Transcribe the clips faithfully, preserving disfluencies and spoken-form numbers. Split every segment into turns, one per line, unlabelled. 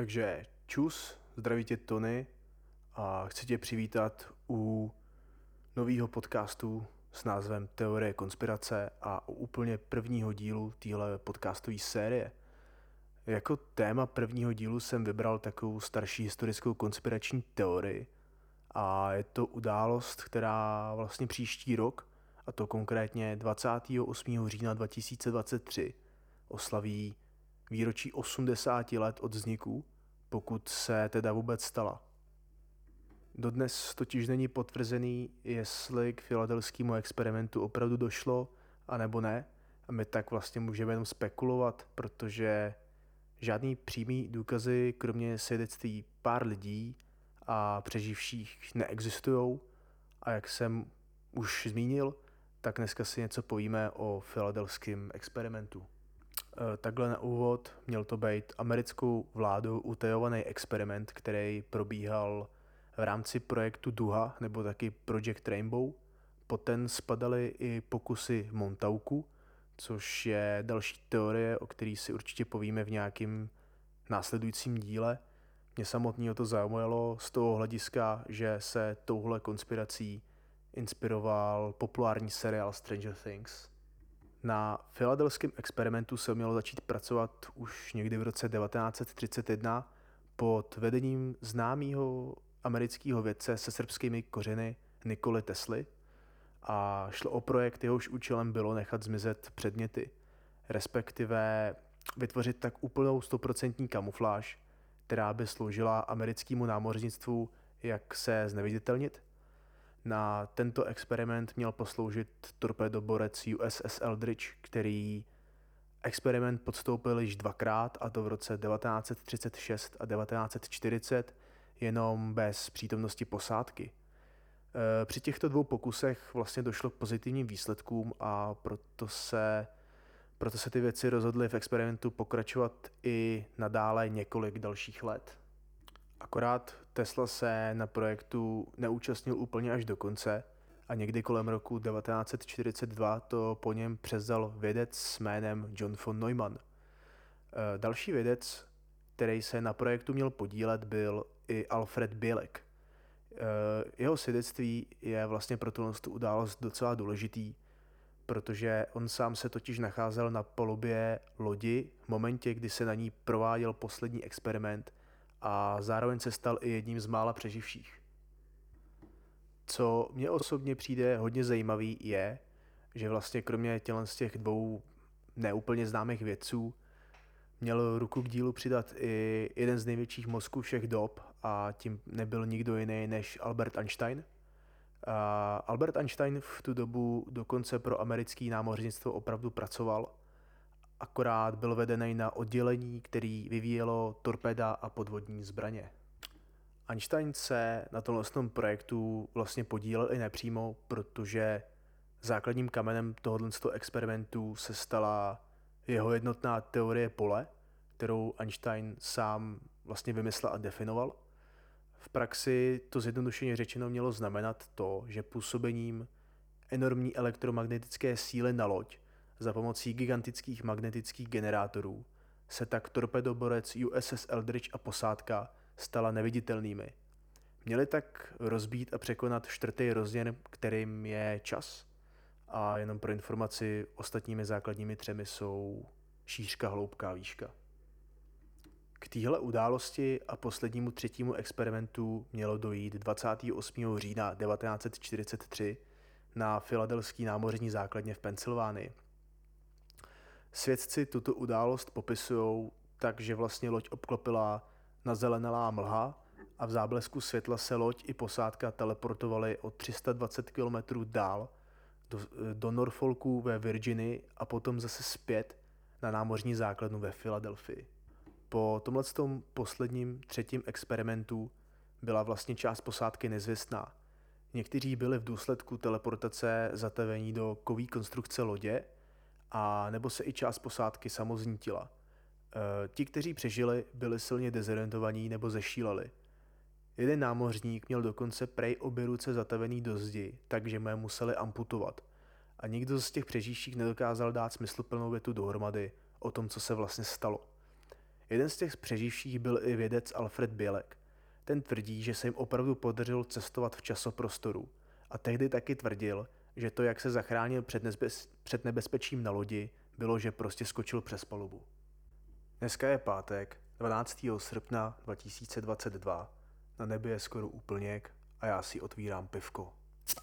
Takže čus, zdraví tě Tony a chci tě přivítat u nového podcastu s názvem Teorie konspirace a u úplně prvního dílu téhle podcastové série. Jako téma prvního dílu jsem vybral takovou starší historickou konspirační teorii a je to událost, která vlastně příští rok, a to konkrétně dvacátého osmého října dva tisíce dvacet tři, oslaví výročí osmdesáti let od vzniku, pokud se teda vůbec stala. Dodnes totiž není potvrzený, jestli k filadelfskému experimentu opravdu došlo, anebo ne. A my tak vlastně můžeme jenom spekulovat, protože žádný přímý důkazy, kromě svědectví pár lidí a přeživších, neexistují. A jak jsem už zmínil, tak dneska si něco povíme o filadelfském experimentu. Takhle na úvod měl to být americkou vládou utajovaný experiment, který probíhal v rámci projektu Duha, nebo taky Project Rainbow. Pod ten spadaly i pokusy Montauku, což je další teorie, o který si určitě povíme v nějakém následujícím díle. Mě samotného to zaujalo z toho hlediska, že se touhle konspirací inspiroval populární seriál Stranger Things. Na filadelfském experimentu se mělo začít pracovat už někdy v roce devatenáct set třicet jedna pod vedením známého amerického vědce se srbskými kořeny Nikoli Tesly a šlo o projekt, jehož účelem bylo nechat zmizet předměty, respektive vytvořit tak úplnou stoprocentní kamufláž, která by sloužila americkému námořnictvu, jak se zneviditelnit. Na tento experiment měl posloužit torpédoborec U S S Eldridge, který experiment podstoupil již dvakrát, a to v roce devatenáct set třicet šest a devatenáct set čtyřicet, jenom bez přítomnosti posádky. Při těchto dvou pokusech vlastně došlo k pozitivním výsledkům a proto se, proto se ty věci rozhodly v experimentu pokračovat i nadále několik dalších let. Akorát Tesla se na projektu neúčastnil úplně až do konce a někdy kolem roku devatenáct set čtyřicet dva to po něm převzal vědec s jménem John von Neumann. Další vědec, který se na projektu měl podílet, byl i Alfred Bielek. Jeho svědectví je vlastně pro tuhle událost docela důležitý, protože on sám se totiž nacházel na palubě lodi v momentě, kdy se na ní prováděl poslední experiment a zároveň se stal i jedním z mála přeživších. Co mně osobně přijde hodně zajímavý je, že vlastně kromě tělen z těch dvou neúplně známých vědců měl ruku k dílu přidat i jeden z největších mozků všech dob a tím nebyl nikdo jiný než Albert Einstein. A Albert Einstein v tu dobu dokonce pro americké námořnictvo opravdu pracoval, akorát byl vedený na oddělení, který vyvíjelo torpéda a podvodní zbraně. Einstein se na tomhle projektu vlastně podílel i nepřímo, protože základním kamenem tohoto experimentu se stala jeho jednotná teorie pole, kterou Einstein sám vlastně vymyslel a definoval. V praxi to zjednodušeně řečeno mělo znamenat to, že působením enormní elektromagnetické síly na loď za pomocí gigantických magnetických generátorů se tak torpedoborec U S S Eldridge a posádka stala neviditelnými. Měli tak rozbít a překonat čtvrtý rozměr, kterým je čas. A jenom pro informaci, ostatními základními třemi jsou šířka, hloubka a výška. K téhle události a poslednímu třetímu experimentu mělo dojít dvacátého osmého října devatenáct set čtyřicet tři na filadelfské námořní základně v Pensylvánii. Svědci tuto událost popisují tak, že vlastně loď obklopila nazelenalá mlha a v záblesku světla se loď i posádka teleportovaly o tři sta dvacet kilometrů dál do, do Norfolku ve Virginii a potom zase zpět na námořní základnu ve Filadelfii. Po tomhletom posledním třetím experimentu byla vlastně část posádky nezvěstná. Někteří byli v důsledku teleportace zatavení do kovové konstrukce lodě, a nebo se i část posádky samoznítila. E, ti, kteří přežili, byli silně dezorientovaní nebo zešíleli. Jeden námořník měl dokonce prej obě ruce zatavený do zdi, takže mu je museli amputovat. A nikdo z těch přeživších nedokázal dát smysluplnou větu dohromady o tom, co se vlastně stalo. Jeden z těch přeživších byl i vědec Alfred Bělek. Ten tvrdí, že se jim opravdu podařilo cestovat v časoprostoru. A tehdy taky tvrdil, že to, jak se zachránil před, nezbez, před nebezpečím na lodi, bylo, že prostě skočil přes palubu. Dneska je pátek, dvanáctého srpna dva tisíce dvacet dva, na nebi je skoro úplněk a já si otvírám pivko.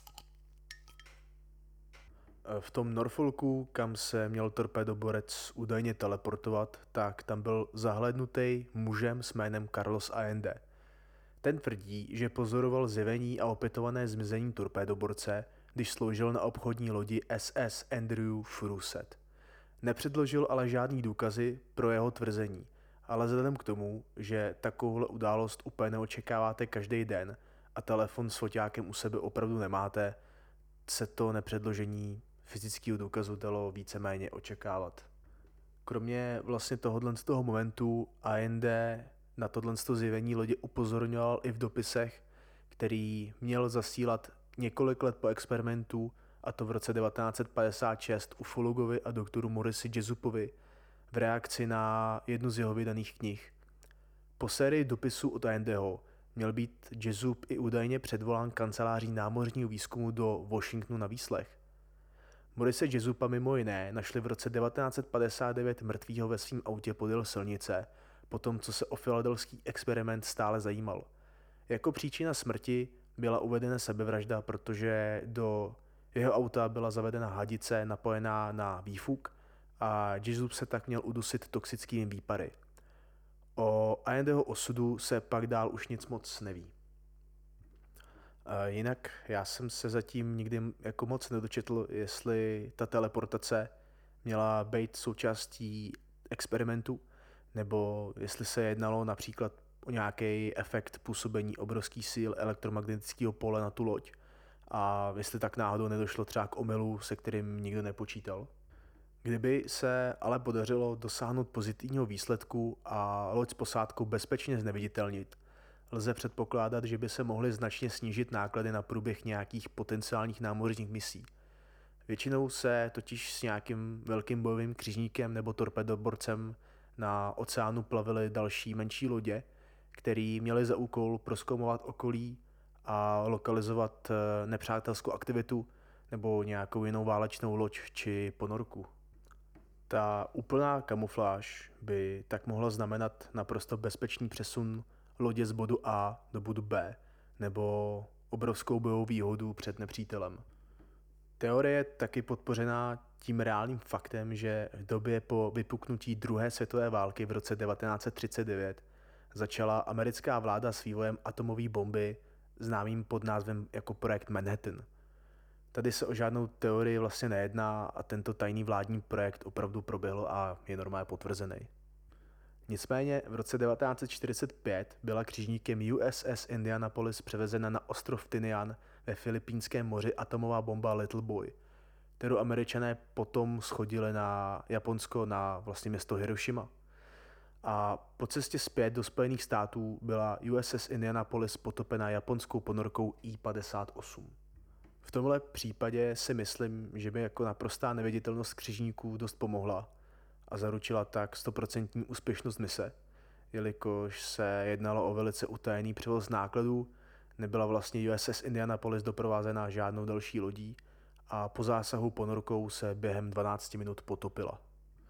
V tom Norfolku, kam se měl torpédoborec údajně teleportovat, tak tam byl zahlédnutý mužem s jménem Carlos Allende. Ten tvrdí, že pozoroval zjevení a opětované zmizení torpédoborce, když sloužil na obchodní lodi S S Andrew Faucett. Nepředložil ale žádný důkazy pro jeho tvrzení, ale vzhledem k tomu, že takovouhle událost úplně neočekáváte každý den a telefon s foťákem u sebe opravdu nemáte, se to nepředložení fyzického důkazu dalo víceméně očekávat. Kromě vlastně tohohle z toho momentu Allende na tohle zjevení lodě upozorňoval i v dopisech, který měl zasílat několik let po experimentu, a to v roce devatenáct set padesát šest ufologovi a doktoru Morrisi Jessupovi v reakci na jednu z jeho vydaných knih. Po sérii dopisů od Allendeho měl být Jessup i údajně předvolán kanceláří námořního výzkumu do Washingtonu na výslech. Morrise Jessupa mimo jiné našli v roce devatenáct set padesát devět mrtvýho ve svém autě podél silnice, po tom, co se o filadelský experiment stále zajímal. Jako příčina smrti byla uvedena sebevražda, protože do jeho auta byla zavedena hadice napojená na výfuk a Jessup se tak měl udusit toxickými výpary. O Allendeho osudu se pak dál už nic moc neví. Jinak já jsem se zatím nikdy jako moc nedočetl, jestli ta teleportace měla být součástí experimentu, nebo jestli se jednalo například o nějaký efekt působení obrovských síl elektromagnetického pole na tu loď a jestli tak náhodou nedošlo třeba k omylu, se kterým nikdo nepočítal. Kdyby se ale podařilo dosáhnout pozitivního výsledku a loď s posádkou bezpečně zneviditelnit, lze předpokládat, že by se mohly značně snížit náklady na průběh nějakých potenciálních námořních misí. Většinou se totiž s nějakým velkým bojovým křižníkem nebo torpedoborcem na oceánu plavily další menší lodě, které měly za úkol prozkoumovat okolí a lokalizovat nepřátelskou aktivitu nebo nějakou jinou válečnou loď či ponorku. Ta úplná kamufláž by tak mohla znamenat naprosto bezpečný přesun lodě z bodu A do bodu B, nebo obrovskou bojovou výhodu před nepřítelem. Teorie je taky podpořená tím reálným faktem, že v době po vypuknutí druhé světové války v roce devatenáct set třicet devět začala americká vláda s vývojem atomové bomby známým pod názvem jako projekt Manhattan. Tady se o žádnou teorii vlastně nejedná a tento tajný vládní projekt opravdu proběhl a je normálně potvrzený. Nicméně v roce devatenáct set čtyřicet pět byla křižníkem U S S Indianapolis převezena na ostrov Tinian ve Filipínském moři atomová bomba Little Boy, kterou Američané potom shodili na Japonsko, na vlastně město Hirošima. A po cestě zpět do Spojených států byla U S S Indianapolis potopena japonskou ponorkou I padesát osm. V tomhle případě si myslím, že by jako naprostá neviditelnost křižníků dost pomohla a zaručila tak stoprocentní úspěšnost mise, jelikož se jednalo o velice utajený převoz nákladů, nebyla vlastně U S S Indianapolis doprovázená žádnou další lodí a po zásahu ponorkou se během dvanácti minut potopila.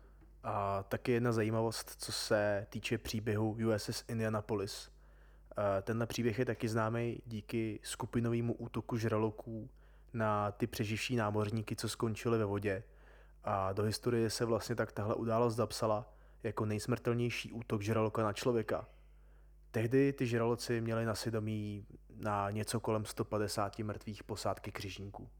A taky jedna zajímavost, co se týče příběhu U S S Indianapolis. Tenhle příběh je taky známý díky skupinovému útoku žraloků na ty přeživší námořníky, co skončili ve vodě. A do historie se vlastně tak tahle událost zapsala jako nejsmrtelnější útok žraloka na člověka. Tehdy ty žraloci měli na svědomí na něco kolem sto padesát mrtvých posádky křižníků.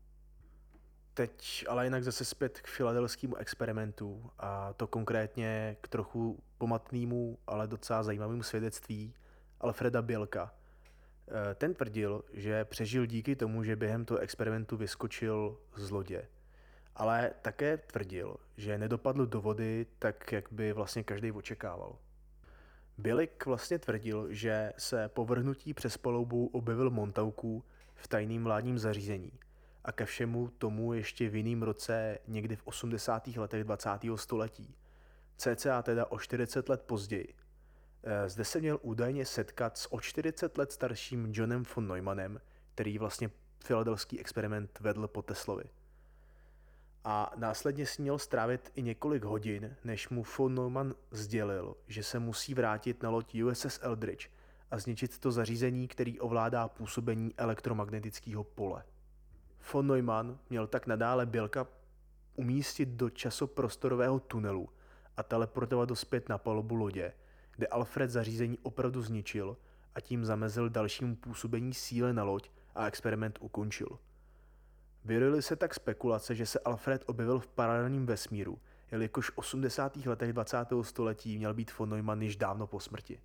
Teď ale jinak zase zpět k filadelskému experimentu a to konkrétně k trochu pomatnému, ale docela zajímavému svědectví Alfreda Bělka. Ten tvrdil, že přežil díky tomu, že během toho experimentu vyskočil z lodě. Ale také tvrdil, že nedopadl do vody tak, jak by vlastně každý očekával. Bělik vlastně tvrdil, že se po vrhnutí přes palubu objevil Montauků v tajným vládním zařízení a ke všemu tomu ještě v jiném roce někdy v osmdesátých letech dvacátého století. Cca teda o čtyřicet let později. Zde se měl údajně setkat s o čtyřicet let starším Johnem von Neumannem, který vlastně filadelský experiment vedl po Teslovi. A následně s měl strávit i několik hodin, než mu von Neumann sdělil, že se musí vrátit na loď U S S Eldridge a zničit to zařízení, který ovládá působení elektromagnetického pole. Von Neumann měl tak nadále Bělka umístit do časoprostorového tunelu a teleportovat dospět na palubu lodě, kde Alfred zařízení opravdu zničil a tím zamezil dalšímu působení síly na loď a experiment ukončil. Vyrojily se tak spekulace, že se Alfred objevil v paralelním vesmíru, jelikož v osmdesátých letech dvacátého století měl být von Neumann již dávno po smrti.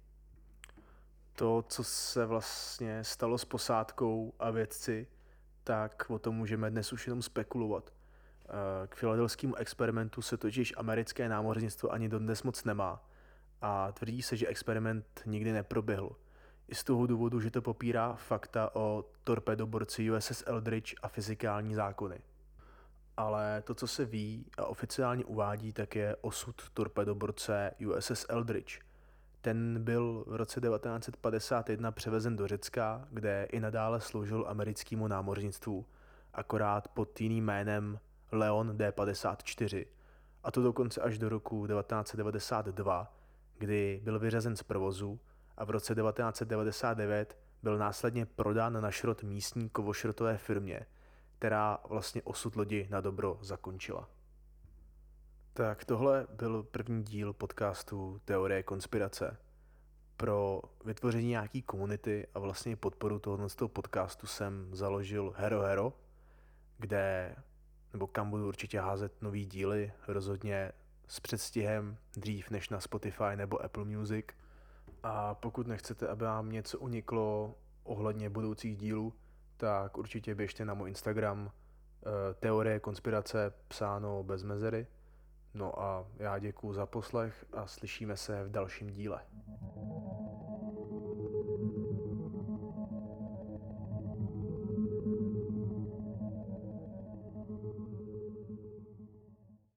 To, co se vlastně stalo s posádkou a vědci, tak o tom můžeme dnes už jenom spekulovat. K filadelfskému experimentu se totiž americké námořnictvo ani dodnes moc nemá a tvrdí se, že experiment nikdy neproběhl. I z toho důvodu, že to popírá fakta o torpedoborci U S S Eldridge a fyzikální zákony. Ale to, co se ví a oficiálně uvádí, tak je osud torpedoborce U S S Eldridge. Ten byl v roce devatenáct set padesát jedna převezen do Řecka, kde i nadále sloužil americkému námořnictvu, akorát pod jiným jménem Leon D padesát čtyři, a to dokonce až do roku devatenáct set devadesát dva, kdy byl vyřazen z provozu a v roce devatenáct set devadesát devět byl následně prodán na šrot místní kovošrotové firmě, která vlastně osud lodi na dobro zakončila. Tak tohle byl první díl podcastu Teorie konspirace. Pro vytvoření nějaký komunity a vlastně podporu tohoto podcastu jsem založil Hero Hero, kde, nebo kam budu určitě házet nový díly, rozhodně s předstihem dřív než na Spotify nebo Apple Music. A pokud nechcete, aby vám něco uniklo ohledně budoucích dílů, tak určitě běžte na můj Instagram Teorie konspirace psáno bez mezery. No a já děkuju za poslech a slyšíme se v dalším díle.